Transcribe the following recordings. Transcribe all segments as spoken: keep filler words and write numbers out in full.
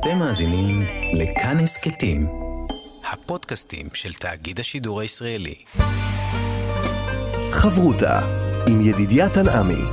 אתם מאזינים לכאן הסכתים, הפודקאסטים של תאגיד השידור הישראלי. חברותה עם ידידיה תנעמי.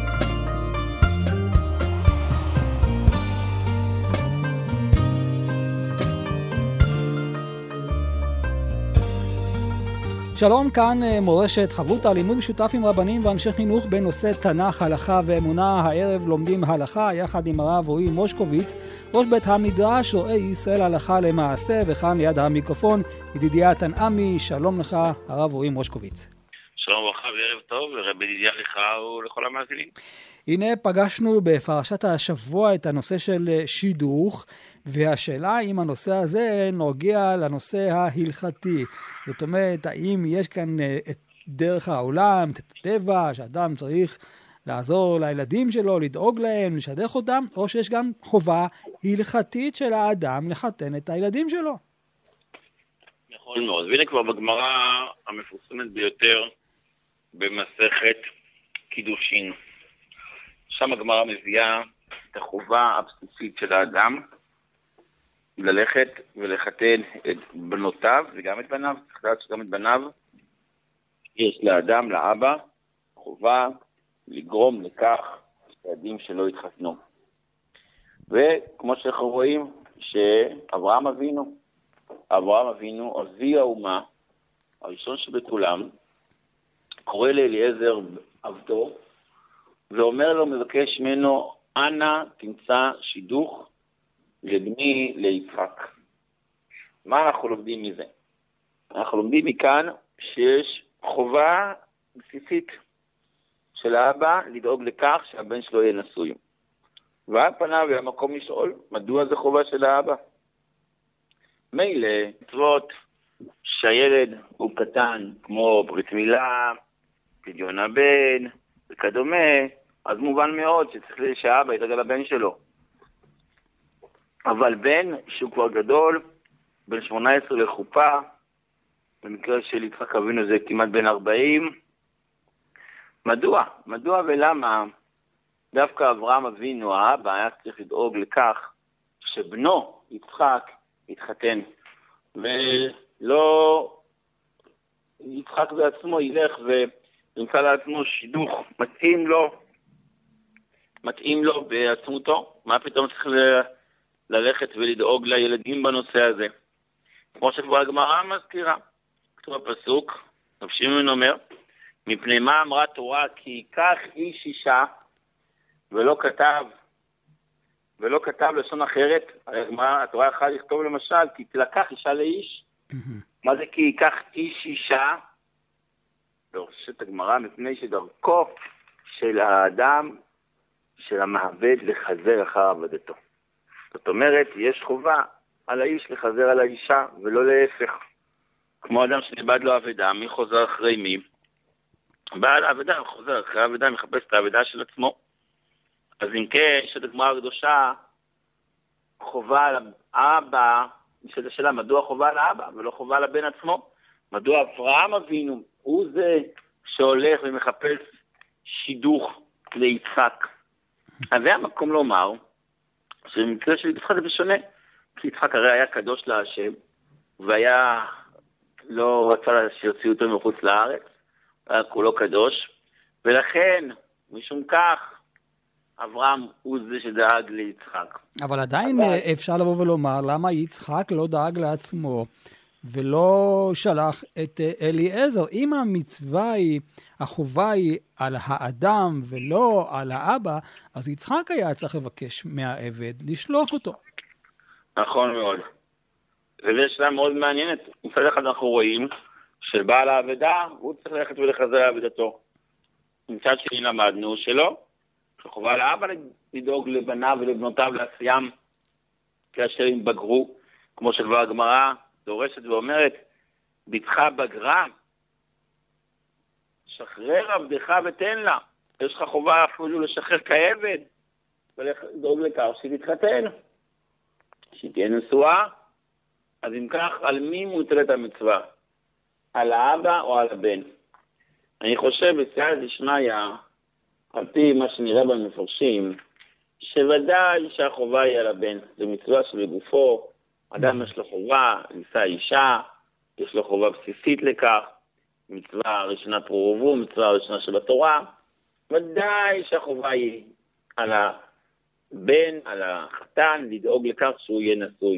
שלום, כאן מורשת חברותה, לימוד משותף עם רבנים ואנשי חינוך בנושא תנ"ך, הלכה ואמונה. הערב לומדים הלכה יחד עם הרב רועי מושקוביץ, ראש בית המדרש רואה ישראל הלכה למעשה, וכאן ליד המיקרופון ידידיה תנעמי. שלום לך הרב רועי מושקוביץ. שלום וברכה וערב טוב, ורב ידידיה לך ולכל המאזינים. הנה פגשנו בפרשת השבוע את הנושא של שידוך, והשאלה אם הנושא הזה נוגע לנושא ההלכתי. זאת אומרת, האם יש כאן את דרך העולם, את הטבע, שאדם צריך לעזור לילדים שלו, לדאוג להם, לשדך אותם, או שיש גם חובה הלכתית של האדם לחתן את הילדים שלו. נכון מאוד, והנה כבר בגמרא המפורסמת ביותר במסכת קידושין. שם הגמרא מביאה את החובה הבסיסית של האדם ללכת ולחתן את בנותיו וגם את בניו. צריך לדעת שגם את בניו יש לאדם, לאבא, חובה לגרום לכך שהילדים שלא יתחתנו. וכמו שאנחנו רואים שאברהם אבינו, אברהם אבינו, אבי האומה, הראשון שבכולם, קורא לאליעזר עבדו, ואומר לו, מבקש ממנו, אנא תמצא שידוך לבני ליצחק. מה אנחנו לומדים מזה? אנחנו לומדים מכאן שיש חובה בסיסית של האבא לדאוג לכך שהבן שלו יהיה נשוי. ועל פניו היה מקום לשאול, מדוע זה חובה של האבא? מילא, מצוות שהילד הוא קטן, כמו ברית מילה, פדיון הבן וכדומה, אז מובן מאוד שצריך שהאבא ידאג לבן שלו. אבל בן שהוא כבר גדול, בן שמונה עשרה לחופה, במקרה של יצחק אבינו זה כמעט בן ארבעים, מדוע? מדוע ולמה דווקא אברהם אבינו, האבא, היה צריך לדאוג לכך שבנו יצחק יתחתן, ולא יצחק בעצמו ילך וימצא לעצמו שידוך מתאים לו, מתאים לו בעצמותו? מה פתאום צריך ל... ללכת ולדאוג לילדים בנושא הזה? כמו שכבר הגמרא מזכירה, כתוב הפסוק, רב שמעון אומר, מפני מה אמרה תורה כי ייקח איש אישה, ולא כתב, ולא כתב לשון אחרת. הגמרא, התורה יכולה לכתוב למשל, כי תלקח אישה לאיש. מה זה כי ייקח איש אישה? דורשת הגמרא מפני שדרכו של האדם, של המעבד לחזר אחר עבודתו. זאת אומרת, יש חובה על האיש לחזר על האישה, ולא להפך. כמו אדם שנאבד לו עבודה, מי חוזר אחרי מי? בעל העבודה חוזר אחרי העבודה, מחפש את העבודה של עצמו. אז אם כן, יש את הגמרא הקדושה, חובה על האבא, נשאלת השאלה, מדוע חובה על האבא ולא חובה על הבן עצמו? מדוע אברהם אבינו הוא זה שהולך ומחפש שידוך ליצחק? אז זה המקום לומר, שבמקרה של יצחק זה שונה, כי יצחק הרי היה קדוש להשם, והיה, לא רצה שיוציאו אותו מחוץ לארץ, היה כולו קדוש, ולכן, משום כך, אברהם הוא זה שדאג ליצחק. אבל עדיין אבל... אפשר לבוא ולומר, למה יצחק לא דאג לעצמו, ולא שלח את אליעזר? אם המצווה היא, החובה היא על האדם ולא על האבא, אז יצחק היה צריך לבקש מהעבד לשלוח אותו. נכון מאוד. וזו שאלה מאוד מעניינת. מצד אחד אנחנו רואים שבעל העבדה הוא צריך ללכת ולחזר לעבדתו. מצד שני למדנו שלא. שחובה על האבא לדאוג לבניו ולבנותיו לעשיים כאשר הם בגרו, כמו שכבר הגמרא דורשת ואומרת, בתך בגרה, שחרר עבדך ותן לה. יש לך חובה אפילו לשחרר כעבד, ולדאוג לכך שהיא תתחתן, שהיא תהיה נשואה. אז אם כך, על מי מוטלת המצווה? על האבא או על הבן? אני חושב, בסייעתא דשמיא, על פי מה שנראה במפרשים, שוודאי שהחובה היא על הבן. זו מצווה שבגופו, אדם יש לו חובה, נישא אישה, יש לו חובה בסיסית לכך, מצווה ראשונה פרו-ורבו, מצווה ראשונה שבתורה, ודאי שהחובה היא על הבן, על החתן, לדאוג לכך שהוא יהיה נשוי.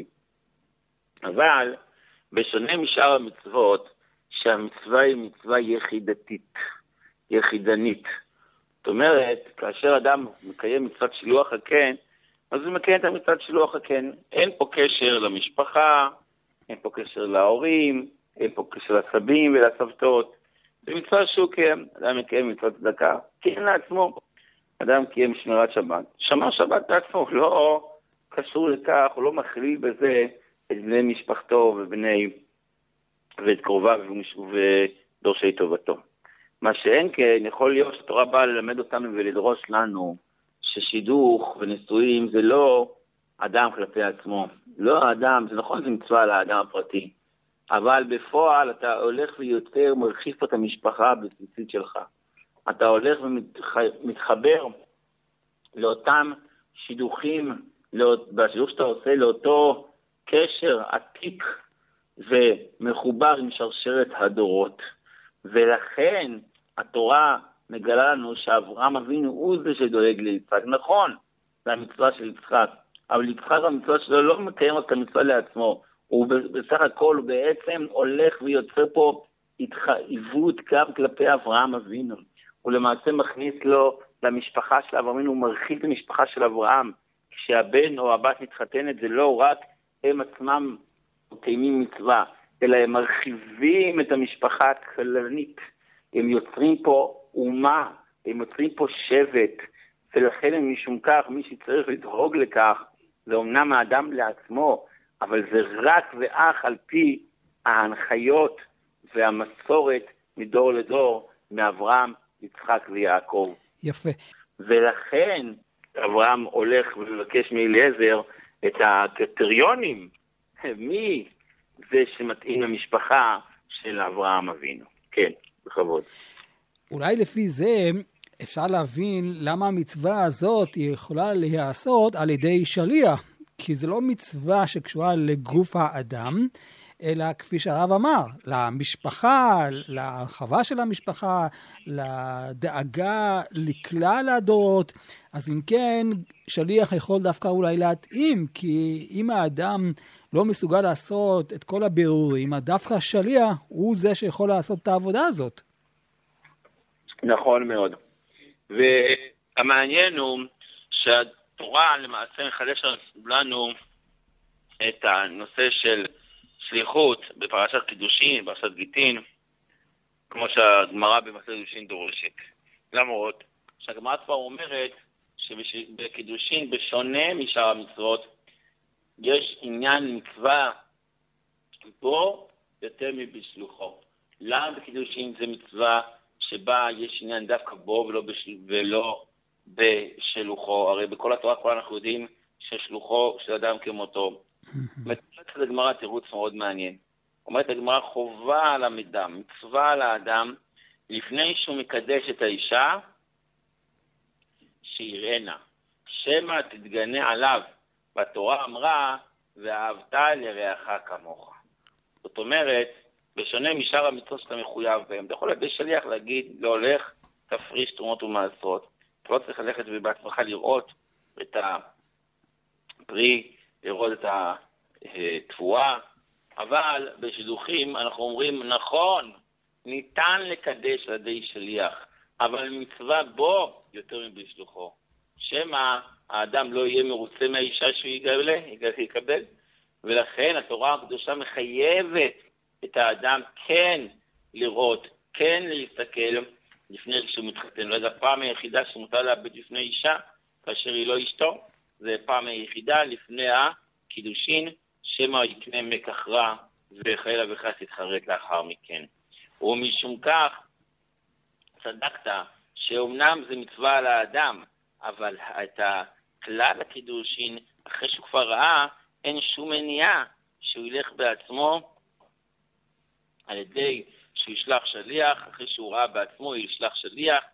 אבל בשונה משאר המצוות, שהמצווה היא מצווה יחידתית, יחידנית. זאת אומרת, כאשר אדם מקיים מצוות שילוח הקן, אז הוא מקיים את המצוות שילוח הקן. אין פה קשר למשפחה, אין פה קשר להורים, אין פה קשר לסבים ולסבתות. זה מצווה שהוא קיים, אדם מקיים מצוות צדקה, כן לעצמו. אדם קיים שמירת שבת. שמר שבת לעצמו, לא קשור לכך, הוא לא מכליל בזה את בני משפחתו ובני, ואת קרוביו ודורשי טובתו. מה שאין כן, יכול להיות שהתורה באה ללמד אותנו ולדרוש לנו ששידוך ונישואים זה לא אדם כלפי עצמו. לא האדם, זה נכון, זה מצווה על האדם הפרטי. אבל בפועל אתה הולך ויותר מרחיב פה את המשפחה הבסיסית שלך. אתה הולך ומתחבר לאותם שידוכים, בשידוך שאתה עושה לאותו קשר עתיק ומחובר עם שרשרת הדורות. ולכן התורה מגלה לנו שאברהם אבינו הוא זה שדואג ליצחק. נכון, זה המצווה של יצחק, אבל יצחק המצווה שלו לא מקיים את המצווה לעצמו. הוא בסך הכל הוא בעצם הולך ויוצר פה התחייבות גם כלפי אברהם אבינו. הוא למעשה מכניס לו למשפחה של אברהם אבינו, הוא מרחיב את המשפחה של אברהם. כשהבן או הבת מתחתנת זה לא רק הם עצמם מקיימים מצווה, אלא הם מרחיבים את המשפחה הכללית. הם יוצרים פה אומה, הם יוצרים פה שבט, ולכן הם משום כך, מי שצריך לדאוג לכך, זה אומנם האדם לעצמו, אבל זה רק ואך על פי ההנחיות והמסורת מדור לדור, מאברהם, יצחק ויעקב. יפה. ולכן אברהם הולך ומבקש מאליעזר את הקריטריונים, מי זה שמתאים למשפחה של אברהם אבינו. כן, בכבוד. אולי לפי זה אפשר להבין למה המצווה הזאת היא יכולה להיעשות על ידי שליח, כי זה לא מצווה שקשורה לגוף האדם, אלא כפי שהרב אמר, למשפחה, להרחבה של המשפחה, לדאגה לכלל הדורות. אז אם כן, שליח יכול דווקא אולי להתאים, כי אם האדם לא מסוגל לעשות את כל הבירורים, דווקא השליח הוא זה שיכול לעשות את העבודה הזאת. נכון מאוד. והמעניין הוא שהתורה למעשה מחדש לנו את הנושא של סליחות בפרשת קידושין, בפרשת גיטין, כמו שהגמרא בפרשת קידושין דורשת. למרות שהגמרא כבר אומרת שבקידושין, בשונה משאר המצוות, יש עניין מצווה בו יותר מבשלוחו. למה בקידושין זה מצווה שבה יש עניין דווקא בו ולא, בשל... ולא בשלוחו? הרי בכל התורה כבר אנחנו יודעים ששלוחו של אדם כמותו. מתקנת לגמרא תירוץ מאוד מעניין. אומרת הגמרא חובה על האדם, מצווה על האדם, לפני שהוא מקדש את האישה, שיראנה. שמא תתגנה עליו. והתורה אמרה, ואהבת לרעך כמוך. זאת אומרת, בשונה משאר המצוות שאתה מחויב בהם, אתה יכול להיות שליח להגיד, לא הולך, תפריש תרומות ומעשרות. אתה לא צריך ללכת ובעצמך לראות את הפרי, לראות את התבואה, אבל בשידוכים אנחנו אומרים, נכון, ניתן לקדש על ידי שליח, אבל מצווה בו יותר מבשלוחו. שמא האדם לא יהיה מרוצה מהאישה שהוא יגלה, יקבל, ולכן התורה הקדושה מחייבת את האדם כן לראות, כן להסתכל לפני שהוא מתחתן. לא יודע, פעם היחידה שמותר לאבד לפני אישה, כאשר היא לא אשתו, זה פעם היחידה לפני הקידושין, שמא יקנה מקח רע, וחלילה וחס יתחרט לאחר מכן. ומשום כך, צדקת, שאומנם זה מצווה על האדם, אבל את הכלל הקידושין, אחרי שהוא כבר ראה, אין שום מניעה שהוא ילך בעצמו, על ידי שהוא ישלח שליח, אחרי שהוא ראה בעצמו, הוא ישלח שליח,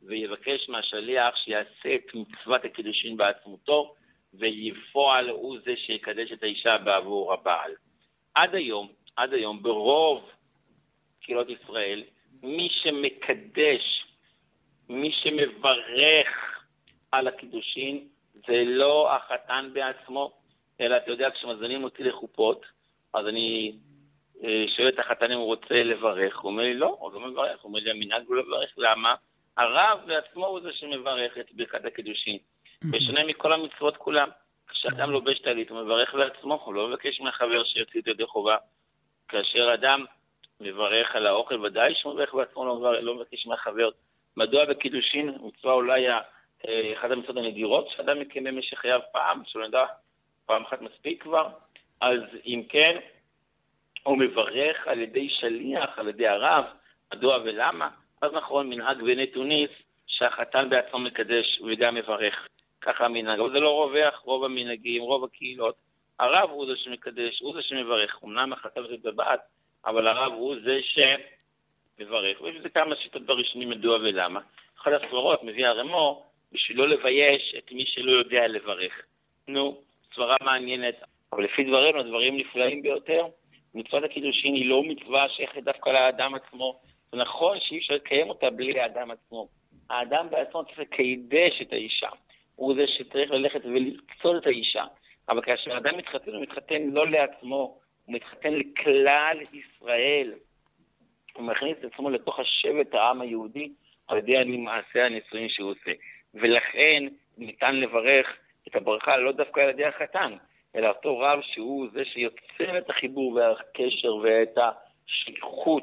ויבקש מהשליח שיעשה את מצוות הקידושין בעצמותו, ויפועל הוא זה שיקדש את האישה בעבור הבעל. עד היום, עד היום, ברוב קהילות ישראל, מי שמקדש, מי שמברך על הקידושין, זה לא החתן בעצמו, אלא אתה יודע, כשמזמינים אותי לחופות, אז אני שואל את החתן אם הוא רוצה לברך, הוא אומר לי לא, הוא לא מברך, הוא אומר לי המנהג הוא לברך, למה? הרב בעצמו הוא זה שמברך את ברכת הקידושין, בשונה מכל המצוות כולם. כשאדם לובש טלית הוא מברך לעצמו, הוא לא מבקש מהחבר שיוציא את ידי חובה. כאשר אדם מברך על האוכל, ודאי שהוא מברך בעצמו, לא, לא מבקש מהחבר. מדוע בקידושין, מצווה אולי אחד המצוות הנדירות, שאדם מקיים במשך חייו פעם, שלא נדע, פעם אחת מספיק כבר, אז אם כן, הוא מברך על ידי שליח, על ידי הרב, מדוע ולמה? אז נכון, מנהג בני תוניס, שהחתן בעצמו מקדש וגם מברך. ככה המנהג, אבל זה לא רווח, רוב המנהגים, רוב הקהילות. הרב הוא זה שמקדש, הוא זה שמברך. אמנם החתן זה בבעת, אבל הרב הוא זה שמברך. ויש לזה כמה שיטות בראשונים מדוע ולמה. אחד הסברות מביא הרמו, בשביל לא לבייש את מי שלא יודע לברך. נו, סברה מעניינת, אבל לפי דברינו, דברים נפלאים ביותר. מצוות הקידושין היא לא מצווה שייכת דווקא לאדם עצמו. זה נכון שאי אפשר לקיים אותה בלי האדם עצמו. האדם בעצמו צריך לקדש את האישה. הוא זה שצריך ללכת ולקצול את האישה. אבל כאשר האדם מתחתן, הוא מתחתן לא לעצמו, הוא מתחתן לכלל ישראל. הוא מכניס את עצמו לתוך השבט העם היהודי, על ידי מעשה הנישואים שהוא עושה. ולכן ניתן לברך את הברכה לא דווקא על ידי החתן, אלא אותו רב שהוא זה שיוצר את החיבור והקשר ואת השליחות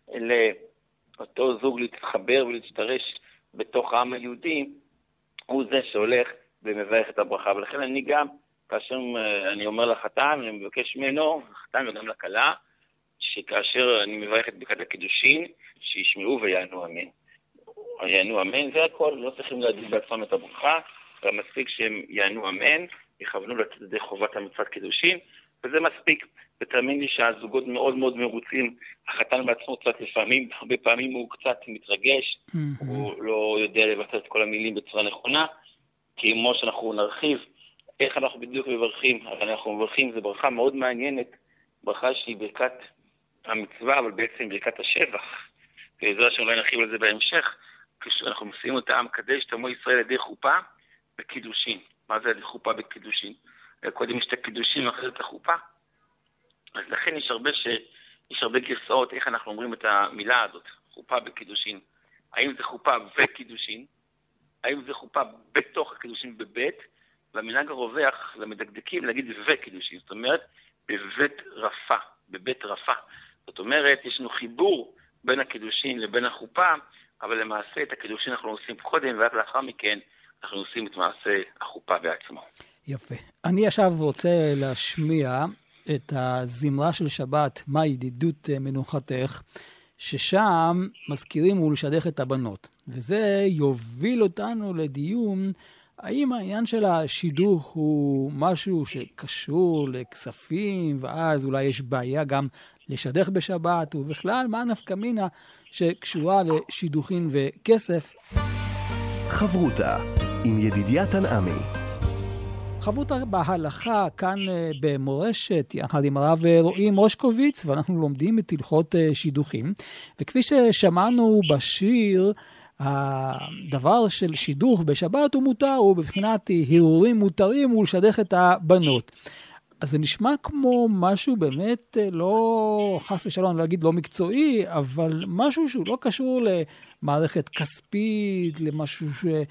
לאותו זוג להתחבר ולהצטרש בתוך העם היהודי, הוא זה שהולך ומברך את הברכה. ולכן אני גם, כאשר אני אומר לחתן, אני מבקש ממנו, לחתן וגם לכלה, שכאשר אני מברך את ברכת הקידושין, שישמעו ויענו אמן. יענו אמן, זה הכל, לא צריכים להגיד בעצמם את הברכה, אבל מספיק שהם יענו אמן, יכוונו לצאת ידי חובת המצוות קידושין, וזה מספיק. ותאמין לי שהזוגות מאוד מאוד מרוצים, החתן בעצמו קצת לפעמים, הרבה פעמים הוא קצת מתרגש, הוא לא יודע לבטא את כל המילים בצורה נכונה, כי כמו שאנחנו נרחיב, איך אנחנו בדיוק מברכים, אבל אנחנו מברכים, זו ברכה מאוד מעניינת, ברכה שהיא ברכת המצווה, אבל בעצם ברכת השבח, וזו שאולי נרחיב על זה בהמשך, כשאנחנו מסיעים אותה, מקדש תמו ישראל ידי חופה בקידושין. מה זה ידי חופה בקידושין? קודם יש את הקידושין ואחרי את החופה. אז לכן יש הרבה, ש... יש הרבה גרסאות איך אנחנו אומרים את המילה הזאת, חופה בקידושין. האם זה חופה וקידושין? האם זה חופה בתוך הקידושין בבית? והמנהג הרווח למדקדקים להגיד וקידושין. זאת אומרת, בבית רפה, בבית רפה. זאת אומרת, יש לנו חיבור בין הקידושין לבין החופה, אבל למעשה את הקידושין אנחנו עושים קודם, ורק לאחר מכן אנחנו עושים את מעשה החופה בעצמו. יפה. אני עכשיו רוצה להשמיע את הזמרה של שבת, מה ידידות מנוחתך, ששם מזכירים ולשדך את הבנות. וזה יוביל אותנו לדיון, האם העניין של השידוך הוא משהו שקשור לכספים, ואז אולי יש בעיה גם לשדך בשבת, ובכלל מה נפקא מינה שקשורה לשידוכים וכסף. חברותה עם ידידיה תנעמי. חברותה בהלכה כאן במורשת, יחד עם הרב רועי מושקוביץ, ואנחנו לומדים את הלכות שידוכים. וכפי ששמענו בשיר, הדבר של שידוך בשבת הוא מותר, הוא בבחינת הרהורים מותרים ולשדך את הבנות. אז זה נשמע כמו משהו באמת לא, חס ושלום, אני לא אגיד לא מקצועי, אבל משהו שהוא לא קשור למערכת כספית, למשהו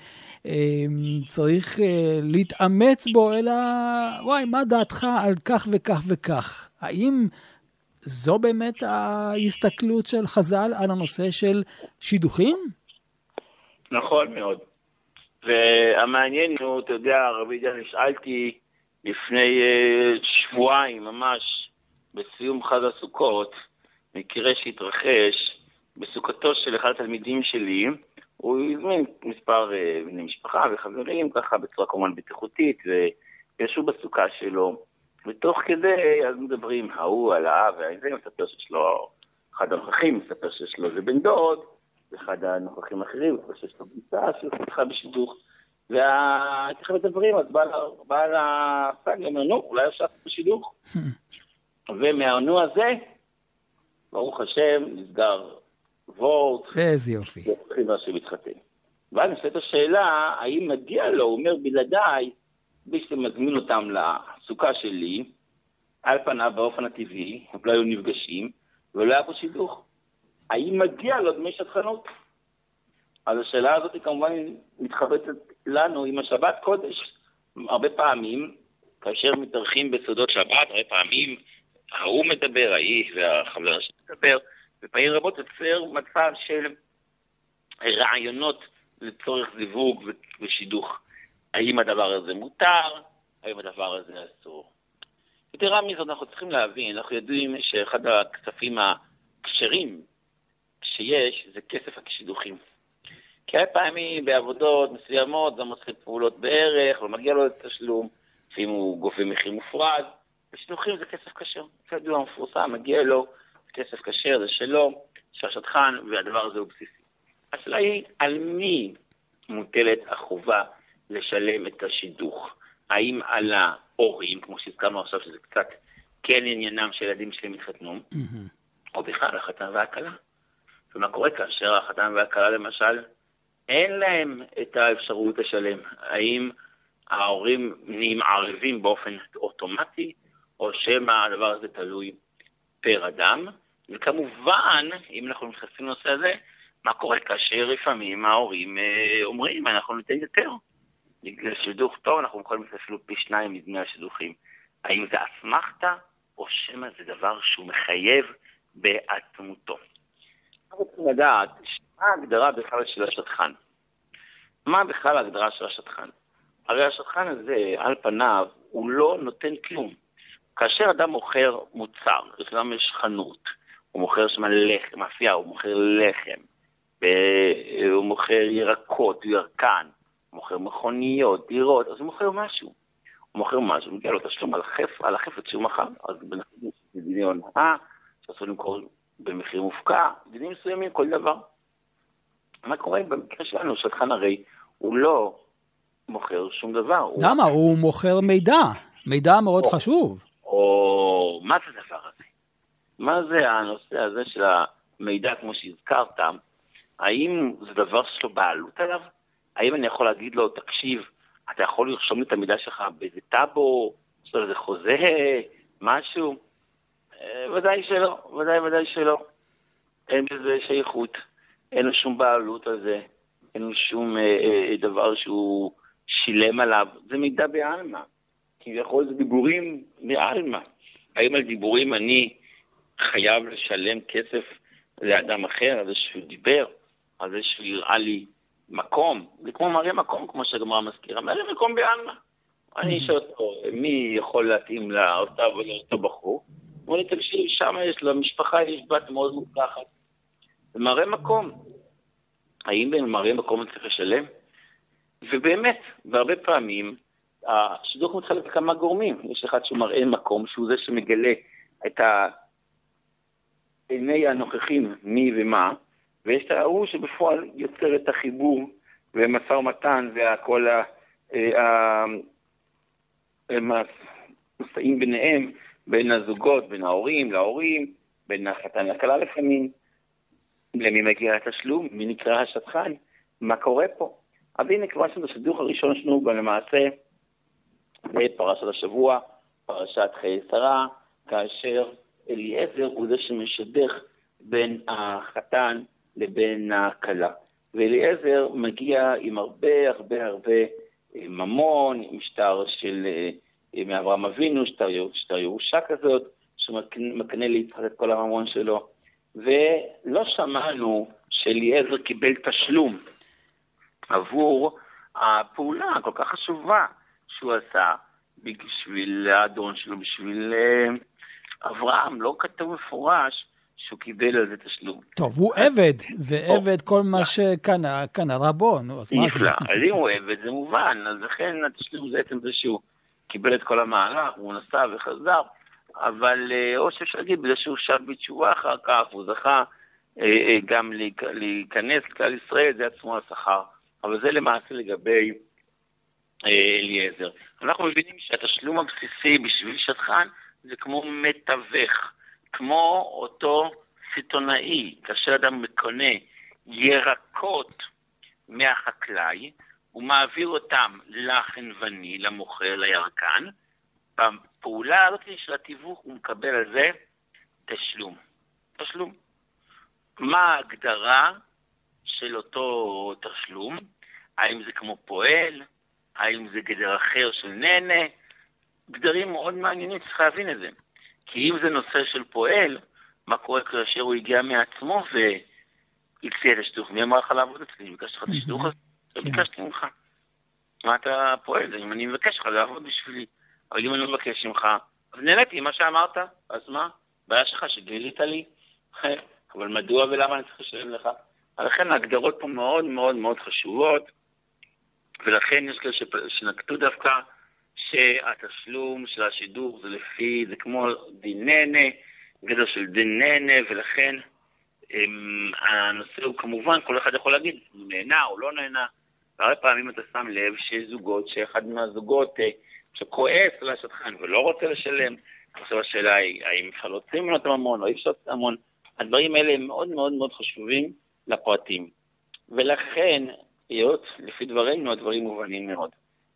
שצריך להתאמץ בו, אלא וואי, מה דעתך על כך וכך וכך? האם זו באמת ההסתכלות של חז"ל על הנושא של שידוכים? נכון מאוד. והמעניין הוא, אתה יודע, רבי ידידיה, נשאלתי לפני שבועיים ממש בסיום חג הסוכות, מקרה שהתרחש בסוכתו של אחד התלמידים שלי, הוא הזמין מספר בני משפחה וחברים, ככה בצורה כמובן בטיחותית, וישו בסוכה שלו, ותוך כדי אז מדברים, ההוא על האב, והזה מספר שיש לו, אחד הנוכחים מספר שיש לו זה בן דוד, אחד הנוכחים האחרים, שיש לו ביצה שצריכה בשידוך, והייתי חייב את הדברים, אז בעל הסג אומר, נו, אולי אפשר בשידוך. ומהענו הזה, ברוך השם, נסגר וורט. איזה יופי. וחברה שמתחתן. ואז נשאלת השאלה, האם מגיע לו, הוא אומר בלעדיי, בשביל מזמין אותם לסוכה שלי, על פניו באופן הטבעי, הם לא היו נפגשים, ולא היה פה שידוך. האם מגיע לו דמי שטחנות? אז השאלה הזאת היא כמובן מתחבטת לנו עם השבת קודש. הרבה פעמים, כאשר מתארחים בסעודות שבת, הרבה פעמים ההוא מדבר, ההיא והחבר שמדבר, ופעמים רבות יוצר מצב של רעיונות לצורך זיווג ושידוך. האם הדבר הזה מותר? האם הדבר הזה אסור? יתרה מזאת, אנחנו צריכים להבין, אנחנו יודעים שאחד הכספים הכשרים שיש זה כסף השידוכים. כי הרבה פעמים בעבודות מסוימות, גם עושים פעולות בערך, לא מגיע לו לתשלום, לפעמים הוא גובה מחיר מופרד, ושידוכים זה כסף כשר. כידוע המפורסם, מגיע לו, כסף כשר זה שלו, שהשטחן, והדבר הזה הוא בסיסי. השאלה היא, על מי מוטלת החובה לשלם את השידוך? האם על ההורים, כמו שהזכרנו עכשיו, שזה קצת כן עניינם של ילדים שלי מתחתנו, mm-hmm. או בכלל החתן והקלה? ומה קורה כאשר החתן והקלה למשל, אין להם את האפשרות לשלם? האם ההורים נהיים ערבים באופן אוטומטי, או שמה הדבר הזה תלוי פר אדם? וכמובן, אם אנחנו מתחשבים לנושא הזה, מה קורה כאשר לפעמים ההורים אה, אומרים, אנחנו ניתן יותר. לשידוך טוב, אנחנו יכולים אפילו פי שניים מדמי השידוכים. האם זה אסמכתה, או שמה זה דבר שהוא מחייב בעצמותו? אנחנו צריכים לדעת, מה ההגדרה בכלל של השטחן? מה בכלל ההגדרה של השטחן? הרי השטחן הזה, על פניו, הוא לא נותן כלום. כאשר אדם מוכר מוצר, לפעמים יש חנות, הוא מוכר שם לחם, מאפייה, הוא מוכר לחם, הוא מוכר ירקות, ירקן, הוא מוכר מכוניות, דירות, אז הוא מוכר משהו. הוא מוכר משהו, הוא מגיע לו תשלום על החפץ, על החפץ שהוא מכר, אז בנחדים שזה דיני הונאה, שעשו למכור במחיר מופקע, דינים מסוימים, כל דבר. מה קורה במקרה שלנו? שטחן הרי הוא לא מוכר שום דבר. למה? הוא, הוא מוכר מידע, מידע מאוד או, חשוב. או, מה זה הדבר הזה? מה זה הנושא הזה של המידע כמו שהזכרת? האם זה דבר שלו בעלות עליו? האם אני יכול להגיד לו, תקשיב, אתה יכול לרשום לי את המידע שלך באיזה טאבו, יש לו איזה חוזה, משהו? ודאי שלא, ודאי ודאי שלא. אין בזה שייכות, אין לו שום בעלות על זה, אין לו שום אה, אה, דבר שהוא שילם עליו, זה מידע בעלמא. כי יכול זה דיבורים בעלמא. האם על דיבורים אני חייב לשלם כסף לאדם אחר, על זה שהוא דיבר, על זה שהוא יראה לי מקום, זה כמו מראה מקום, כמו שגמרה מזכירה, מראה מקום בעלמא. אני אשאל אותו, מי יכול להתאים לאותה ולאותו בחור? הוא לי, תקשיב, שם יש למשפחה, יש בת מאוד מוצלחת. זה מראה מקום. האם בין מראה מקום אני צריך לשלם? ובאמת, בהרבה פעמים, השידוך מתחלק בכמה גורמים. יש אחד שהוא מראה מקום, שהוא זה שמגלה את עיני הנוכחים, מי ומה, ויש את ההוא שבפועל יוצר את החיבור ומשא ומתן והכל המסעים ביניהם, בין הזוגות, בין ההורים להורים, בין החתן לכלה לפעמים, למי מגיע התשלום, מי נקרא השטחן, מה קורה פה. אז הנה כבר שזה השידוך הראשון שלנו למעשה, זה פרשת השבוע, פרשת חיי שרה, כאשר אליעזר הוא זה שמשדך בין החתן לבין הכלה. ואליעזר מגיע עם הרבה הרבה הרבה ממון, עם שטר של מאברהם אבינו, שטר, שטר ירושה כזאת, שמקנה ליצחק את כל הממון שלו. ולא שמענו שאליעזר קיבל תשלום עבור הפעולה הכל כך חשובה שהוא עשה בשביל האדון שלו, בשביל אברהם. לא כתוב מפורש שהוא קיבל על זה תשלום. טוב, הוא עבד, ועבד כל מה שקנה, קנה רבו. נפלא, אז אם הוא עבד זה מובן, אז לכן התשלום זה בעצם זה שהוא קיבל את כל המהלך, הוא נסע וחזר, אבל או שאפשר להגיד, בגלל שהוא שב בתשובה אחר כך, הוא זכה גם להיכנס לכלל ישראל, זה עצמו השכר. אבל זה למעשה לגבי אליעזר. אנחנו מבינים שהתשלום הבסיסי בשביל שטחן זה כמו מתווך, כמו אותו סיטונאי, כאשר אדם מקונה ירקות מהחקלאי, הוא מעביר אותם לחנווני, למוכר, לירקן, בפעולה הזאת של התיווך הוא מקבל על זה תשלום. תשלום. מה ההגדרה של אותו תשלום? האם זה כמו פועל? האם זה גדר אחר של נהנה? גדרים מאוד מעניינים, צריך להבין את זה. כי אם זה נושא של פועל, מה קורה כאשר הוא הגיע מעצמו והציע את השטוח? מי אמר לך לעבוד אצלי? ביקשתי לך את השטוח הזה? לא ביקשתי ממך. מה אתה פועל? אם אני מבקש לך לעבוד בשבילי. אבל אם אני לא מבקש ממך, אז נהניתי מה שאמרת, אז מה? בעיה שלך שגילית לי? אבל מדוע ולמה אני צריך לשלם לך? לכן ההגדרות פה מאוד מאוד מאוד חשובות, ולכן יש כאלה שנקטו דווקא שהתשלום של השידור זה לפי, זה כמו דיננה, גדר של דיננה, ולכן הם, הנושא הוא כמובן, כל אחד יכול להגיד, הוא נהנה או לא נהנה, והרבה פעמים אתה שם לב שיש זוגות, שאחד מהזוגות שכועס על השטחן ולא רוצה לשלם, עכשיו השאלה היא, האם אפשר להוציא ממנו את הממון או אי אפשר את הממון, הדברים האלה הם מאוד מאוד מאוד חשובים לפרטים. ולכן, היות, לפי דברינו, הדברים מובנים מאוד.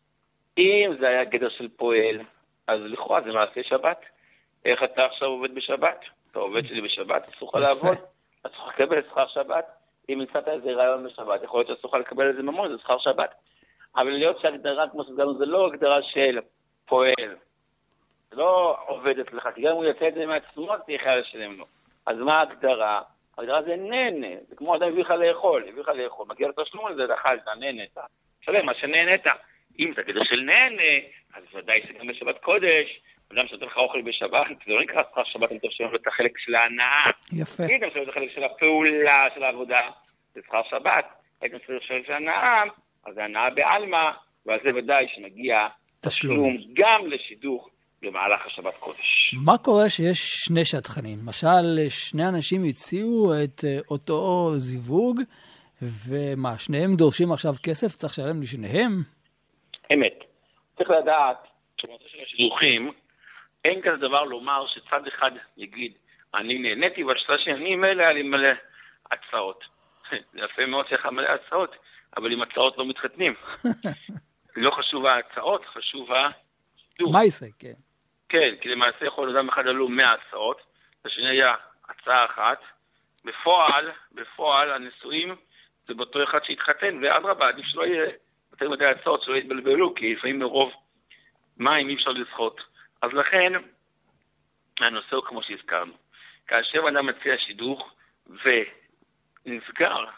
אם זה היה גדר של פועל, אז לכאורה זה מעשה שבת. איך אתה עכשיו עובד בשבת? אתה עובד שלי בשבת, אסור לך לעבוד, אתה צריך לקבל את שכר שבת. אם נמצאת איזה רעיון בשבת, יכול להיות שאסור לך לקבל איזה ממון, זה שכר שבת. אבל להיות שהגדרה, כמו שגדרנו, זה לא הגדרה של פועל. זה לא עובד אצלך, כי גם הוא יצא את זה מעצמו, זה יחיה לשלם לו. אז מה ההגדרה? ההגדרה זה נהנה, זה כמו אדם הביא לך לאכול, הביא לך לאכול, מגיע לתשלום על זה, אכלת, נהנית, שלם, מה שנהנית. אם זה גדר של נהנה, אז ודאי שגם בשבת קודש, אדם שנותן לך אוכל בשבת, זה לא נקרא שכר שבת, אם אתה שומע את החלק של ההנאה. יפה. אם אתה שומע את החלק של הפעולה, של העבודה, זה שכר שבת, אם אתה שומע את ההנאה, אז זה הנאה בעלמא, ועל זה ודאי שנגיע תשלום גם לשידוך במהלך השבת קודש. מה קורה שיש שני שטחנים? למשל, שני אנשים הציעו את אותו זיווג, ומה, שניהם דורשים עכשיו כסף? צריך לשלם לשניהם? אמת. צריך לדעת, שבנושא של השידוכים, אין כזה דבר לומר שצד אחד יגיד, אני נהניתי, והשצד שאני מלא, היה לי מלא הצעות. זה יפה מאוד שיש לך מלא הצעות, אבל עם הצעות לא מתחתנים. לא חשוב ההצעות, חשוב השידוך. מה יעשה, כן. כן, כי למעשה יכול אדם אחד עלו מאה הצעות, השני היה הצעה אחת. בפועל, בפועל, הנשואים זה באותו אחד שהתחתן, ועד רבה, עדיף שלא יהיה יותר מדי הצעות, שלא יתבלבלו, כי לפעמים מרוב מים אי אפשר לשחות. אז לכן, הנושא הוא כמו שהזכרנו. כאשר אדם מציע שידוך ונסגר,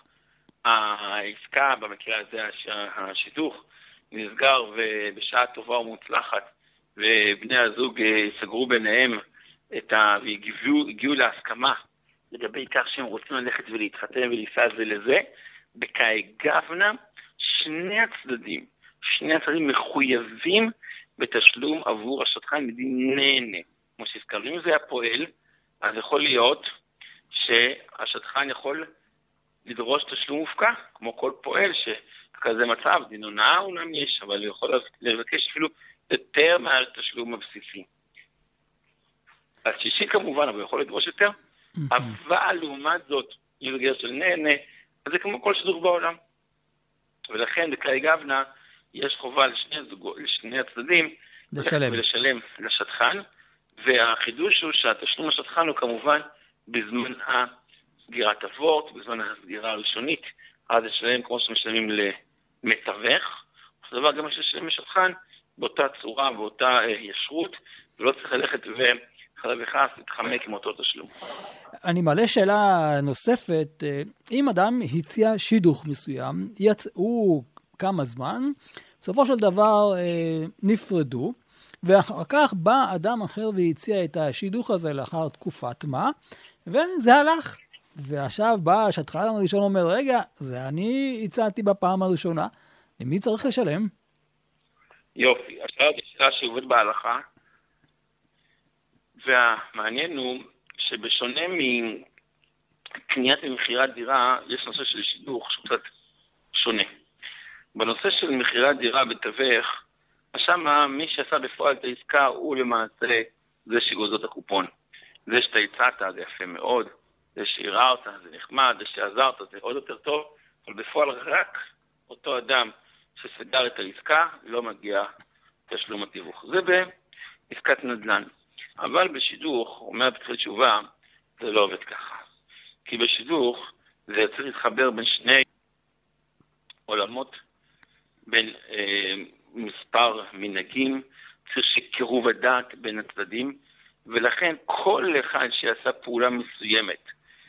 העסקה במקרה הזה, השידוך, נסגר ובשעה טובה ומוצלחת, ובני הזוג סגרו ביניהם את ה... והגיעו, הגיעו להסכמה לגבי כך שהם רוצים ללכת ולהתחתן ולהיסע זה לזה, בקאי גוונה, שני הצדדים, שני הצדדים מחויבים בתשלום עבור השטחן מדין נהנה. כמו שהזכרנו, אם זה הפועל, אז יכול להיות שהשטחן יכול לדרוש תשלום מופקע, כמו כל פועל שכזה מצב, דינו נאה אולם יש, אבל הוא יכול לבקש אפילו יותר מהתשלום הבסיסי. השישי כמובן, אבל יכול לדרוש יותר, אבל לעומת זאת, אם זה גדר של נהנה, אז זה כמו כל שידוך בעולם. ולכן בקאי גוונה יש חובה לשני, הזוג, לשני הצדדים לשלם. ולשלם לשטחן, והחידוש הוא שהתשלום לשטחן הוא כמובן בזמן הסגירת אבות, בזמן הסגירה הראשונית, אז לשלם כמו שמשלמים למתווך, זה דבר גם לשלם לשטחן באותה צורה, באותה ישרות, ולא צריך ללכת וחלב וחס להתחמק עם אותו תשלום. אני מעלה שאלה נוספת, אם אדם הציע שידוך מסוים, יצאו כמה זמן, בסופו של דבר נפרדו, ואחר כך בא אדם אחר והציע את השידוך הזה לאחר תקופת מה, וזה הלך. ועכשיו בא השטחן הראשון אומר, רגע, זה אני הצעתי בפעם הראשונה, למי צריך לשלם? יופי, עכשיו יש שאלה שעובד בהלכה, והמעניין הוא שבשונה קניית ומכירת דירה, יש נושא של שידוך שהוא קצת שונה. בנושא של מכירת דירה בתווך, שמה מי שעשה בפועל את העסקה הוא למעשה זה שגוזר את הקופון. זה שאתה הצעת, זה יפה מאוד, זה שהראה אותה, זה נחמד, זה שעזרת, זה עוד יותר טוב, אבל בפועל רק אותו אדם שסגר את העסקה לא מגיע תשלום התיווך. זה בעסקת נדל"ן. אבל בשידוך, אומר בתחיל תשובה, זה לא עובד ככה. כי בשידוך זה צריך להתחבר בין שני עולמות, בין אה, מספר מנהגים, צריך שקירוב הדעת בין הצדדים, ולכן כל אחד שעשה פעולה מסוימת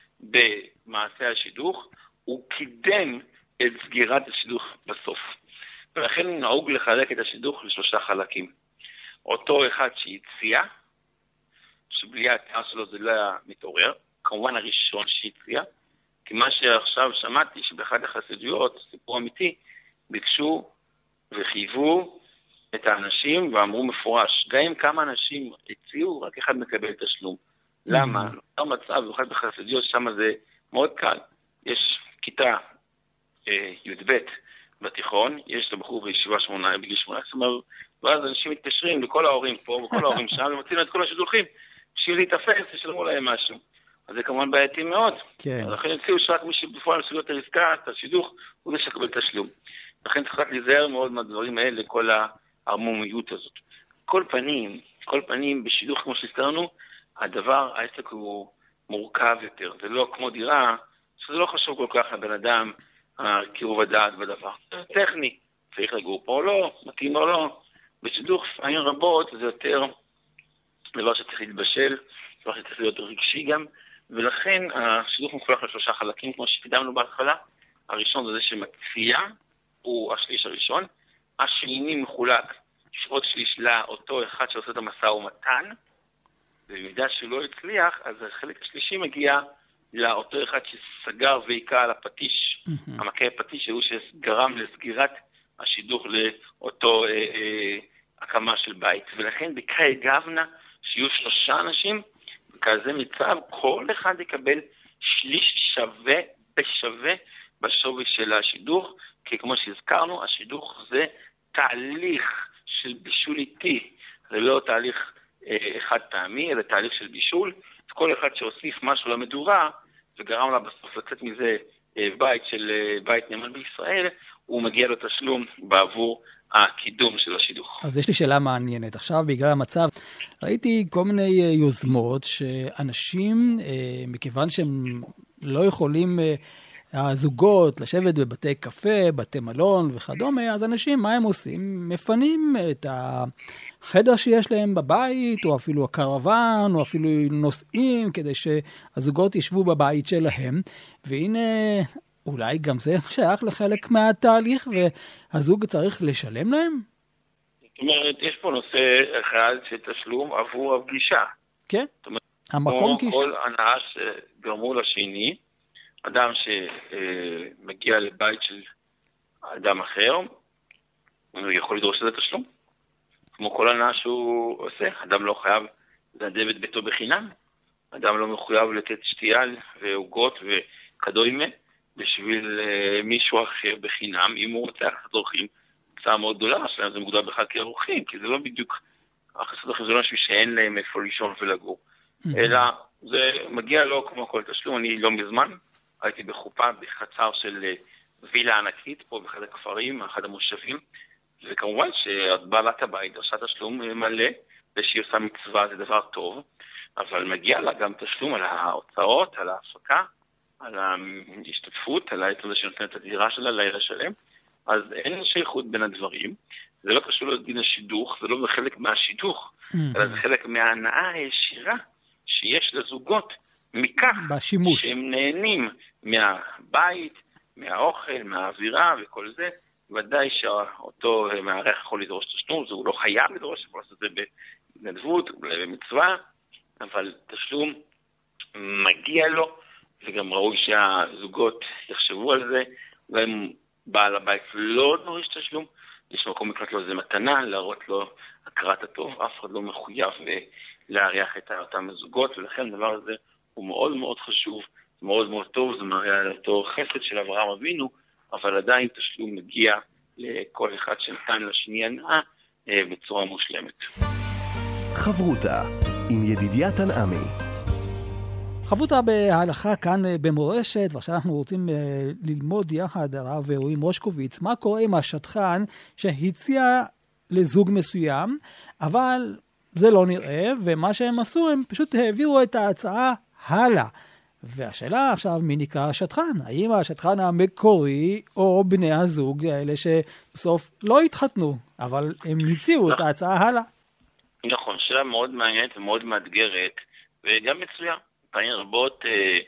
במעשה השידוך, הוא קידם את סגירת השידוך בסוף. ולכן נהוג לחלק את השידוך לשלושה חלקים. אותו אחד שהציע, שבלי ההצעה שלו זה לא היה מתעורר, כמובן הראשון שהציע, כי מה שעכשיו שמעתי שבאחד החסידויות, סיפור אמיתי, ביקשו וחייבו את האנשים ואמרו מפורש, גם אם כמה אנשים הציעו, רק אחד מקבל תשלום. למה? לא מצב, במיוחד בחסידויות, שם זה מאוד קל. יש כיתה אה, י"ב בתיכון, יש לבחור בישיבה שמונה, בגיל שמונה, זאת אומרת, ואז אנשים מתקשרים לכל ההורים פה וכל ההורים שם, ומציעים את כל השידוכים, בשביל להתאפס, ישלמו להם משהו. אז זה כמובן בעייתי מאוד. כן. לכן הציעו שרק מי שבפועל סוגר את העסקה, את השידוך, הוא זה שקבל תשלום. לכן צריך רק להיזהר מאוד מהדברים האלה, כל הערמומיות הזאת. כל פנים, כל פנים בשידוך כמו שהזכרנו, הדבר, העסק הוא מורכב יותר. זה לא כמו דירה, שזה לא חשוב כל כך לבן אדם, קירוב הדעת בדבר. זה טכני, צריך לגור פה או לא, מתאים או לא. בשידוך פעמים רבות זה יותר דבר שצריך להתבשל, דבר שצריך להיות רגשי גם, ולכן השידוך מחולק לשלושה חלקים, כמו שקידמנו בהתחלה. הראשון זה זה שמציע, הוא השליש הראשון. השני מחולק עוד שליש לאותו אחד שעושה את המשא ומתן, ובמידה שלא הצליח, אז החלק השלישי מגיע לאותו אחד שסגר ויקע על הפטיש, mm-hmm. המכה הפטיש שהוא שגרם לסגירת השידוך לאותו אה, אה, הקמה של בית. ולכן בקראי גבנה, שיהיו שלושה אנשים, בכזה מצב, כל אחד יקבל שליש שווה בשווה בשווי של השידוך, כי כמו שהזכרנו, השידוך זה תהליך של בישול איטי, זה לא תהליך אה, אחד פעמי, אלא תהליך של בישול. כל אחד שהוסיף משהו למדורה, וגרם לה בסוף לצאת מזה אה, בית של אה, בית נאמן בישראל, הוא מגיע לו תשלום בעבור הקידום של השידוך. אז יש לי שאלה מעניינת. עכשיו, בגלל המצב, ראיתי כל מיני יוזמות שאנשים, אה, מכיוון שהם לא יכולים... אה, הזוגות, לשבת בבתי קפה, בתי מלון וכדומה, אז אנשים, מה הם עושים? מפנים את החדר שיש להם בבית, או אפילו הקרוון, או אפילו נוסעים, כדי שהזוגות ישבו בבית שלהם, והנה, אולי גם זה שייך לחלק מהתהליך, והזוג צריך לשלם להם? זאת אומרת, יש פה נושא אחד של תשלום עבור הפגישה. כן, זאת אומרת, המקום גישה. כל הנאה שגרמו לשני, אדם שמגיע לבית של אדם אחר, הוא יכול לדרוש את התשלום. כמו כל הנאה שהוא עושה. אדם לא חייב לנדב את ביתו בחינם. אדם לא מחויב לתת שתייה ועוגות וכדומה בשביל מישהו אחר בחינם. אם הוא רוצה לקחת אורחים, הצעה מאוד גדולה שלהם, זה מוגדר בכלל כאורחים, כי זה לא בדיוק, החסות אורחים זה לא משהו שאין להם איפה לישון ולגור. אלא זה מגיע לו כמו כל תשלום. אני לא מזמן הייתי בחופה בחצר של וילה ענקית פה באחד הכפרים, אחד המושבים, וכמובן שבעלת הבית דרשה תשלום מלא, ושהיא עושה מצווה זה דבר טוב, אבל מגיע לה גם תשלום על ההוצאות, על ההפקה, על ההשתתפות, על העצם הזה שנותנת את הדירה שלה לילה שלם, אז אין שייכות בין הדברים, זה לא קשור לדין השידוך, זה לא חלק מהשידוך, אלא זה חלק מההנאה הישירה שיש לזוגות, מכך בשימוש. שהם נהנים מהבית, מהאוכל, מהאווירה וכל זה, ודאי שאותו מערך יכול לדרוש תשלום, זה הוא לא חייב לדרוש, יכול לעשות את זה בנדבות, אולי במצווה, אבל תשלום מגיע לו, וגם ראוי שהזוגות יחשבו על זה, גם בעל הבית לא דורש תשלום, יש מקום לקראת לו איזה מתנה, להראות לו הכרת הטוב, אף אחד לא מחויב להריח את אותם הזוגות, ולכן הדבר הזה הוא מאוד מאוד חשוב, מאוד מאוד טוב, זה מראה על אותו חסד של אברהם אבינו, אבל עדיין תשלום מגיע לכל אחד שנתן לשני הנאה בצורה מושלמת. חברותה עם ידידיה תנעמי. חברותה בהלכה כאן במורשת, ועכשיו אנחנו רוצים ללמוד יחד, הרב רועי מושקוביץ, מה קורה עם השטחן שהציע לזוג מסוים, אבל זה לא נראה, ומה שהם עשו, הם פשוט העבירו את ההצעה הלאה. והשאלה עכשיו, מי נקרא השטחן? האם השטחן המקורי, או בני הזוג האלה שבסוף לא התחתנו, אבל הם הציעו את ההצעה הלאה? נכון, שאלה מאוד מעניינת ומאוד מאתגרת, וגם מצויה. פעמים רבות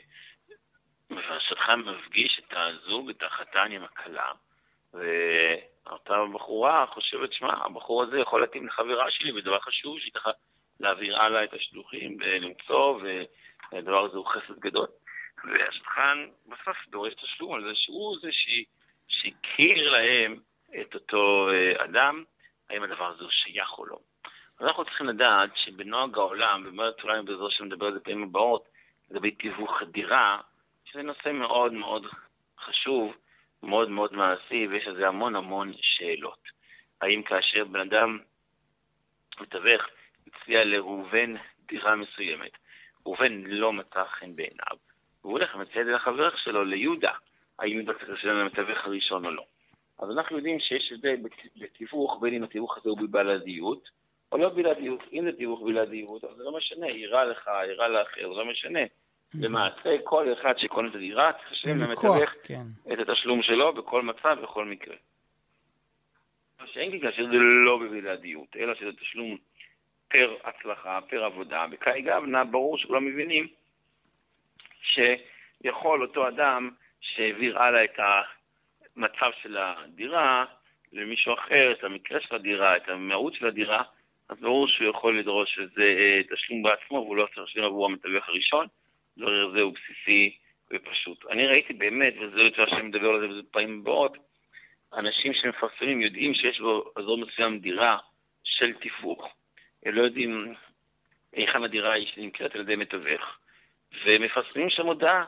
השטחן מפגיש את הזוג, את החתן עם הכלה, ואותה בחורה חושבת, שמה, הבחור הזה יכול להתאים לחברה שלי, ודבר חשוב שהיא ככה להעביר הלאה את השלוחים, למצוא, והדבר הזה הוא חסד גדול. והשטחן בסוף דורש תשלום על זה שהוא זה שהכיר להם את אותו אדם, האם הדבר הזה הוא שייך או לא. אז אנחנו צריכים לדעת שבנוהג העולם, במערכת אולי בזו שמדבר על זה פעמים הבאות, לגבי תיווך הדירה, שזה נושא מאוד מאוד חשוב, מאוד מאוד מעשי, ויש לזה המון המון שאלות. האם כאשר בן אדם מתווך, הציע לראובן דירה מסוימת, ראובן לא מצא חן בעיניו, והוא הולך ומציע את זה לחבר שלו, ליהודה, האם יהודה צריך לשלם למתווך הראשון או לא. אז אנחנו יודעים שיש את זה בתיווך, בין אם התיווך הזה הוא בבלעדיות, או לא בלעדיות. אם זה תיווך בלעדיות, אז זה לא משנה, יראה לך, יראה לאחר, זה לא משנה. למעשה, כל אחד שקונה את הדירה, צריך לשלם למתווך את התשלום שלו בכל מצב, בכל מקרה. שאין כי כאשר זה לא בבלעדיות, אלא שזה תשלום פר הצלחה, פר עבודה. בקאי גבנה, ברור שכולם מבינים שיכול אותו אדם שהעביר הלאה את המצב של הדירה למישהו אחר, את המקרה של הדירה, את המהות של הדירה, אז ברור שהוא יכול לדרוש את זה תשלום בעצמו, והוא לא צריך לשלם עבור המתווך הראשון. דבר זה הוא בסיסי ופשוט. אני ראיתי באמת, וזה לא יותר שאני מדבר על זה בזה פעמים הבאות, אנשים שמפרסמים יודעים שיש בו אזור מסוים דירה של תיווך. הם לא יודעים היכן הדירה היא שנמכרת על ידי מתווך, ומפרסמים שם הודעה,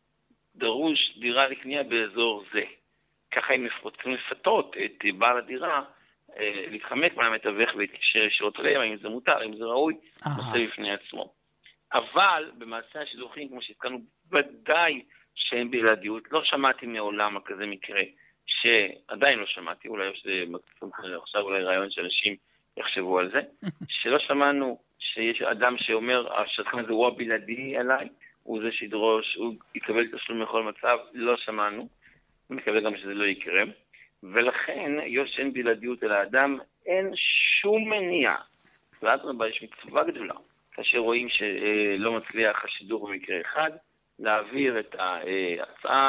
דרוש דירה לקנייה באזור זה. ככה הם רוצים לפתות את בעל הדירה, להתחמק מהמתווך ולהתקשר ישירות אליהם, האם זה מותר, האם זה ראוי, נושא בפני עצמו. אבל במעשה השידוכים, כמו שהזכרנו, ודאי שהם בלעדיות. לא שמעתי מעולם כזה מקרה, שעדיין לא שמעתי, אולי יש עכשיו אולי רעיון שאנשים יחשבו על זה, שלא שמענו שיש אדם שאומר, השטחן הזה הוא הבלעדי עליי, הוא זה שידרוש, הוא יקבל תשלום בכל מצב, לא שמענו, אני מקווה גם שזה לא יקרה, ולכן, יש אין בלעדיות אל האדם, אין שום מניע, ואז רבה יש מצווה גדולה, כאשר רואים שלא מצליח השידור במקרה אחד, להעביר את ההצעה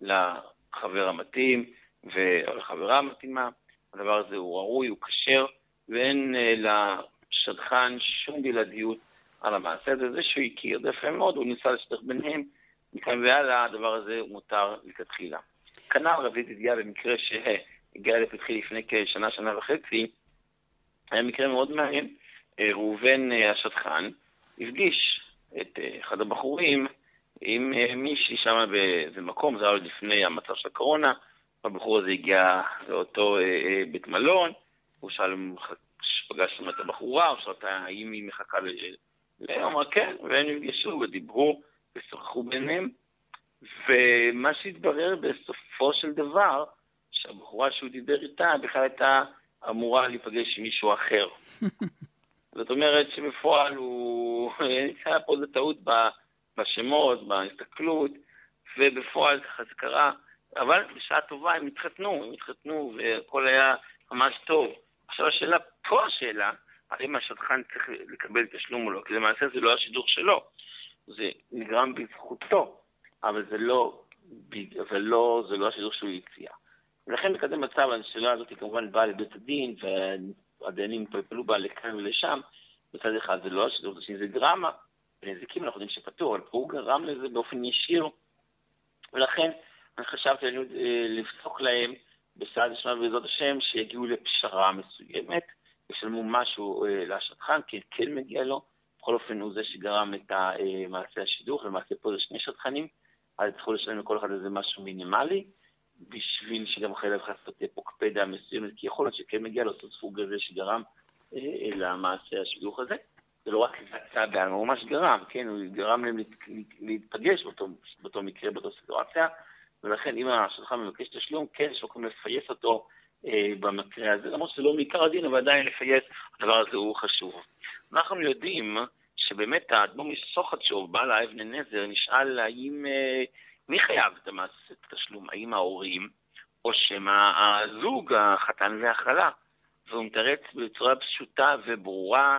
לחבר המתאים ולחברה המתאימה. הדבר הזה הוא ראוי, הוא קשר, ואין לשטחן שום בלעדיות על המעשה הזה. זה שהוא הכיר, זה יפה מאוד, הוא ניסה לשטח ביניהם, מכאן והלאה הדבר הזה הוא מותר לכתחילה. כנ"ל רב ידידיה במקרה שהגיע לפתחי לפני כשנה, שנה וחצי, היה מקרה מאוד מעניין. ראובן השטחן הפגיש את אחד הבחורים עם מישהי שם באיזה מקום, זה היה לפני המצב של הקורונה, הבחור הזה הגיע לאותו בית מלון, הוא שאל, פגש את הבחורה, הוא שאל האם היא מחכה ל... אמר כן, והם נפגשו ודיברו ושוחחו ביניהם, ומה שהתברר בסופו של דבר, שהבחורה שהוא דיבר איתה בכלל הייתה אמורה להיפגש עם מישהו אחר. זאת אומרת שבפועל הוא, היה פה איזו טעות בשמות, בהסתכלות, ובפועל ככה זה קרה, אבל בשעה טובה הם התחתנו, הם התחתנו והכל היה ממש טוב. עכשיו השאלה, פה השאלה, האם השטחן צריך לקבל תשלום או לא, כי למעשה זה לא השידור שלו, זה נגרם בזכותו, אבל זה לא, אבל לא, זה לא השידור שהוא הציע. ולכן בכזה מצב, השאלה הזאת היא כמובן באה לבית הדין, והדיינים פעלו בה לכאן ולשם, בצד אחד זה לא השידור, זה דרמה, ונזיקים אנחנו יודעים שפתור, אבל הוא גרם לזה באופן ישיר, ולכן אני חשבתי לפסוק להם בסעד השם ובעזרת השם שיגיעו לפשרה מסוימת, ישלמו משהו לשטחן, כי כן מגיע לו, בכל אופן הוא זה שגרם את מעשה השידוך, למעשה פה זה שני שטחנים, אז צריכו לשלם לכל אחד איזה משהו מינימלי, בשביל שגם חייב לעשות פוקפדה מסוימת, כי יכול להיות שכן מגיע לאותו ספוג הזה שגרם אה, למעשה השידוך הזה. זה לא רק יצא בעלמה, הוא ממש גרם, כן? הוא גרם להם להתפגש באותו, באותו מקרה, באותו סיטואציה, ולכן אם השטחן מבקש תשלום, כן, יש מקום לפייס אותו אה, במקרה הזה, למרות שזה לא מעיקר הדין, אבל עדיין לפייס, הדבר הזה הוא חשוב. אנחנו יודעים שבאמת האדמו"ר מסוכתשוב, בעל האבני נזר, נשאל האם, אה, מי חייב את המעשה תשלום, האם ההורים, או שמה הזוג, החתן והחלה, והוא מתרץ בצורה פשוטה וברורה,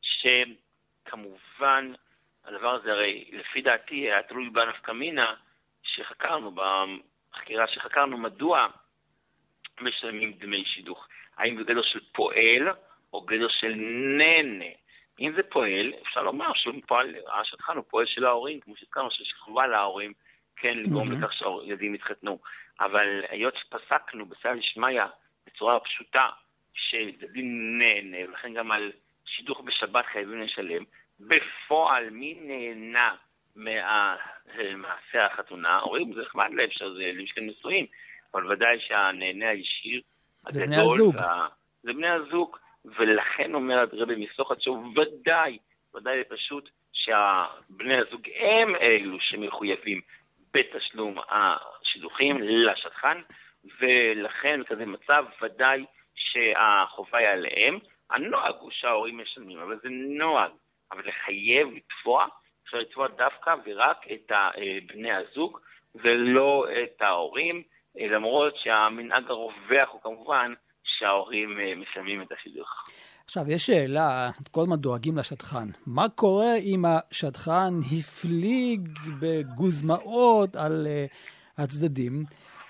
שכמובן הדבר הזה הרי לפי דעתי היה תלוי בנפקא מינה שחקרנו, בחקירה שחקרנו מדוע משלמים דמי שידוך. האם זה גדר של פועל או גדר של נהנה. אם זה פועל, אפשר לומר שהשטחן הוא פועל של ההורים, כמו שהזכרנו ששכבה להורים, כן, לגרום mm-hmm. לכך שהילדים יתחתנו. אבל היות שפסקנו בסייעתא דשמיא בצורה פשוטה שילדים נהנה, ולכן גם על שידוך בשבת חייבים לשלם, בפועל מי נהנה מהמעשה החתונה, אומרים, זה נחמד לב שזה למשכן נשואים, אבל ודאי שהנהנה הישיר, זה בני הזוג. וה... זה בני הזוג, ולכן אומר הרבי מסוכתשוב, ודאי, ודאי פשוט שהבני הזוג הם אלו שמחויבים בתשלום השידוכים לשטחן, ולכן כזה מצב ודאי שהחובה היא עליהם. הנוהג הוא שההורים משלמים, אבל זה נוהג. אבל לחייב לתבוע, אפשר לתבוע דווקא ורק את בני הזוג, ולא את ההורים, למרות שהמנהג הרווח הוא כמובן שההורים משלמים את השידוך. עכשיו, יש שאלה, כל הזמן דואגים לשטחן. מה קורה אם השטחן הפליג בגוזמאות על uh, הצדדים,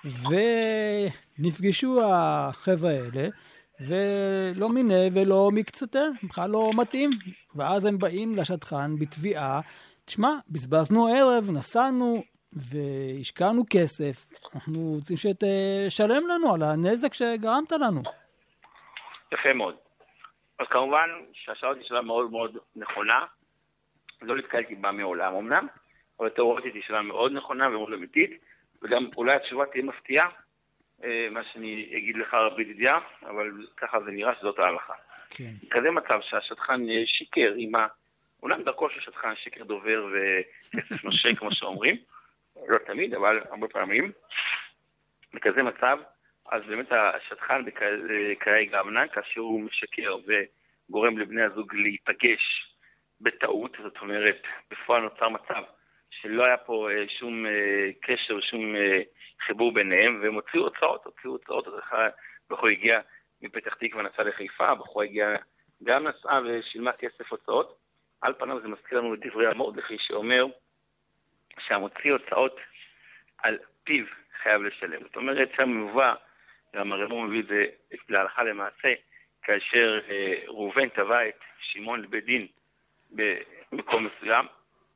ונפגשו החבר'ה האלה, ולא מיני ולא מקצתה, בכלל לא מתאים. ואז הם באים לשטחן בתביעה, תשמע, בזבזנו ערב, נסענו והשקענו כסף, אנחנו רוצים שתשלם לנו על הנזק שגרמת לנו. יפה מאוד. אז כמובן שהשאלה היא שאלה מאוד מאוד נכונה, לא להתקלתי בה מעולם אמנם, אבל תיאורטית היא שאלה מאוד נכונה ומאוד אמיתית, וגם אולי התשובה תהיה מפתיעה, מה שאני אגיד לך רבי ידידיה, אבל ככה זה נראה שזאת ההלכה. כן. כזה מצב שהשטחן שיקר עם ה... אולי דרכו של שטחן שקר דובר וכסף נושק כמו שאומרים, לא תמיד, אבל הרבה פעמים, בכזה מצב, אז באמת השטחן בקראי גבנה, כאשר הוא משקר וגורם לבני הזוג להיפגש בטעות, זאת אומרת, בפועל נוצר מצב שלא היה פה שום קשר, שום חיבור ביניהם, והם הוציאו הוצאות, הוציאו הוצאות, בחור הגיע מפתח תקווה נסע לחיפה, בחור הגיע גם נסעה ושילמה כסף הוצאות. על פניו זה מזכיר לנו את דברי המרדכי שאומר שהמוציא הוצאות על פיו חייב לשלם. זאת אומרת שהמובא, גם הרמב"ם מביא את זה להלכה למעשה, כאשר ראובן תבע את שמעון לבית דין במקום מסוים,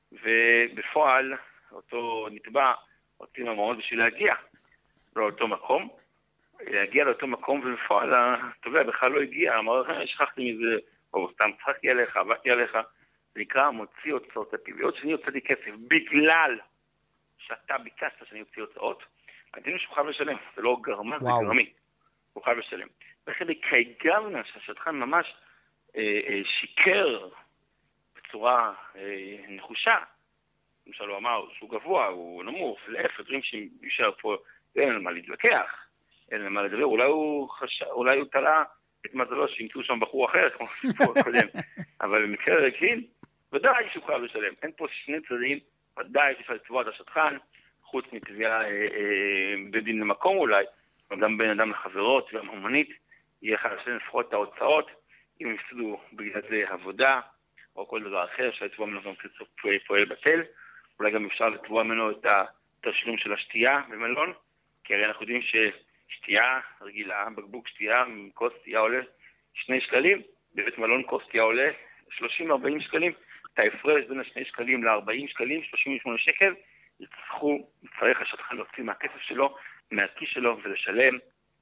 ובפועל אותו נתבע הוציא ממון בשביל להגיע לאותו מקום, להגיע לאותו מקום, ובפועל התובע בכלל לא הגיע, אמר, שכחתי מזה, או סתם צחקתי עליך, עבדתי עליך, זה נקרא מוציא הוצאות הטבעיות, שאני הוצאתי כסף בגלל שאתה ביקשת שאני הוציא הוצאות, הדין שהוא חייב לשלם, זה לא גרמה, זה גרמי, הוא חייב לשלם. וכן כגבנה שהשטחן ממש אה, אה, שיקר בצורה אה, נחושה, למשל הוא אמר שהוא גבוה, הוא נמוך, להפך, דברים שישר פה, אין על מה להתווכח, אין על מה לדבר, אולי הוא, חש... אולי הוא תלה את מזלו שימצאו שם בחור אחר, כמו שפה קודם, אבל במקרה רגיל, ודאי שהוא חייב לשלם. אין פה שני צדדים, ודאי שאפשר לתבוע את השטחן, חוץ מתביעה אה, אה, בדין למקום אולי, גם בין אדם לחברות, גם המונית, יהיה חייב לשלם לפחות את ההוצאות, אם יפסדו בגלל זה עבודה, או כל דבר אחר, אפשר לתבוע ממנו גם כסוף פועל בטל, אולי גם אפשר לתבוע ממנו את התשלום של השתייה במלון, כי הרי אנחנו יודעים ששתייה רגילה, בקבוק שתייה, כוס שתייה עולה שני שקלים, בבית מלון כוס שתייה עולה שלושים ארבעים שקלים, את ההפרש בין השני שקלים ל-ארבעים שקלים, שלושים ושמונה שקל, יצטרכו, יצטרך השטחן להוציא מהכסף שלו, מהכיס שלו, ולשלם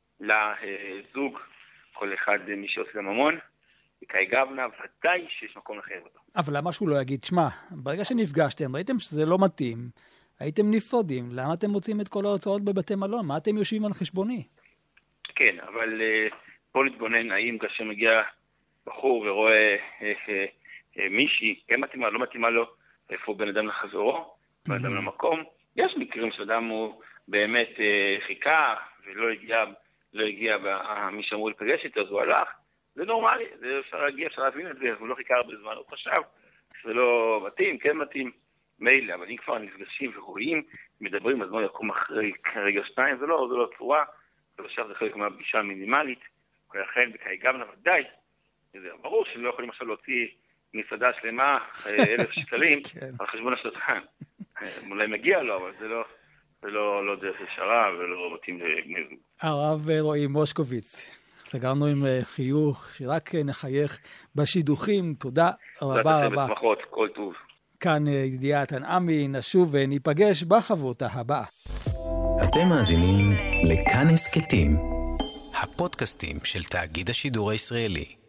לזוג, כל אחד מי שעושה לממון, וכאי גבנה, ודאי שיש מקום לחייב אותו. אבל למה שהוא לא יגיד, שמה, ברגע שנפגשתם, ראיתם שזה לא מתאים, הייתם נפרדים. למה אתם מוצאים את כל ההוצאות בבתי מלון? מה אתם יושבים על חשבוני? כן, אבל פה להתבונן, האם כאשר מגיע בחור ורואה מישהי, כן מתאימה, לא מתאימה לו, איפה בן אדם לחזורו, בן אדם למקום. יש מקרים שאדם הוא באמת חיכה ולא הגיע, לא הגיע מי שאמור לפגש איתו, אז הוא הלך. זה נורמלי, זה אפשר להגיע, אפשר להבין את זה, הוא לא חיכה הרבה זמן, הוא חשב שזה לא מתאים, כן מתאים, מילא, אבל אם כבר נפגשים ורואים, מדברים, אז לא יקום אחרי רגע שתיים, זה לא, זה לא צורה, ועכשיו זה חלק מהפגישה המינימלית, ולכן בקהי גם נוודאי, זה ברור שלא יכולים עכשיו להוציא מסעדה שלמה, אלף שקלים, על חשבון השלטן. אולי מגיע לו, אבל זה לא, זה לא, לא דרך ישרה ולא מתאים לגניזם. הרב רועי מושקוביץ, סגרנו עם חיוך, שרק נחייך בשידוכים. תודה רבה רבה. בשמחות, כל טוב. כאן ידיעה תנעמי, נשוב וניפגש בחברותה הבאה. אתם מאזינים לכאן הסכתים, הפודקאסטים של תאגיד השידור הישראלי.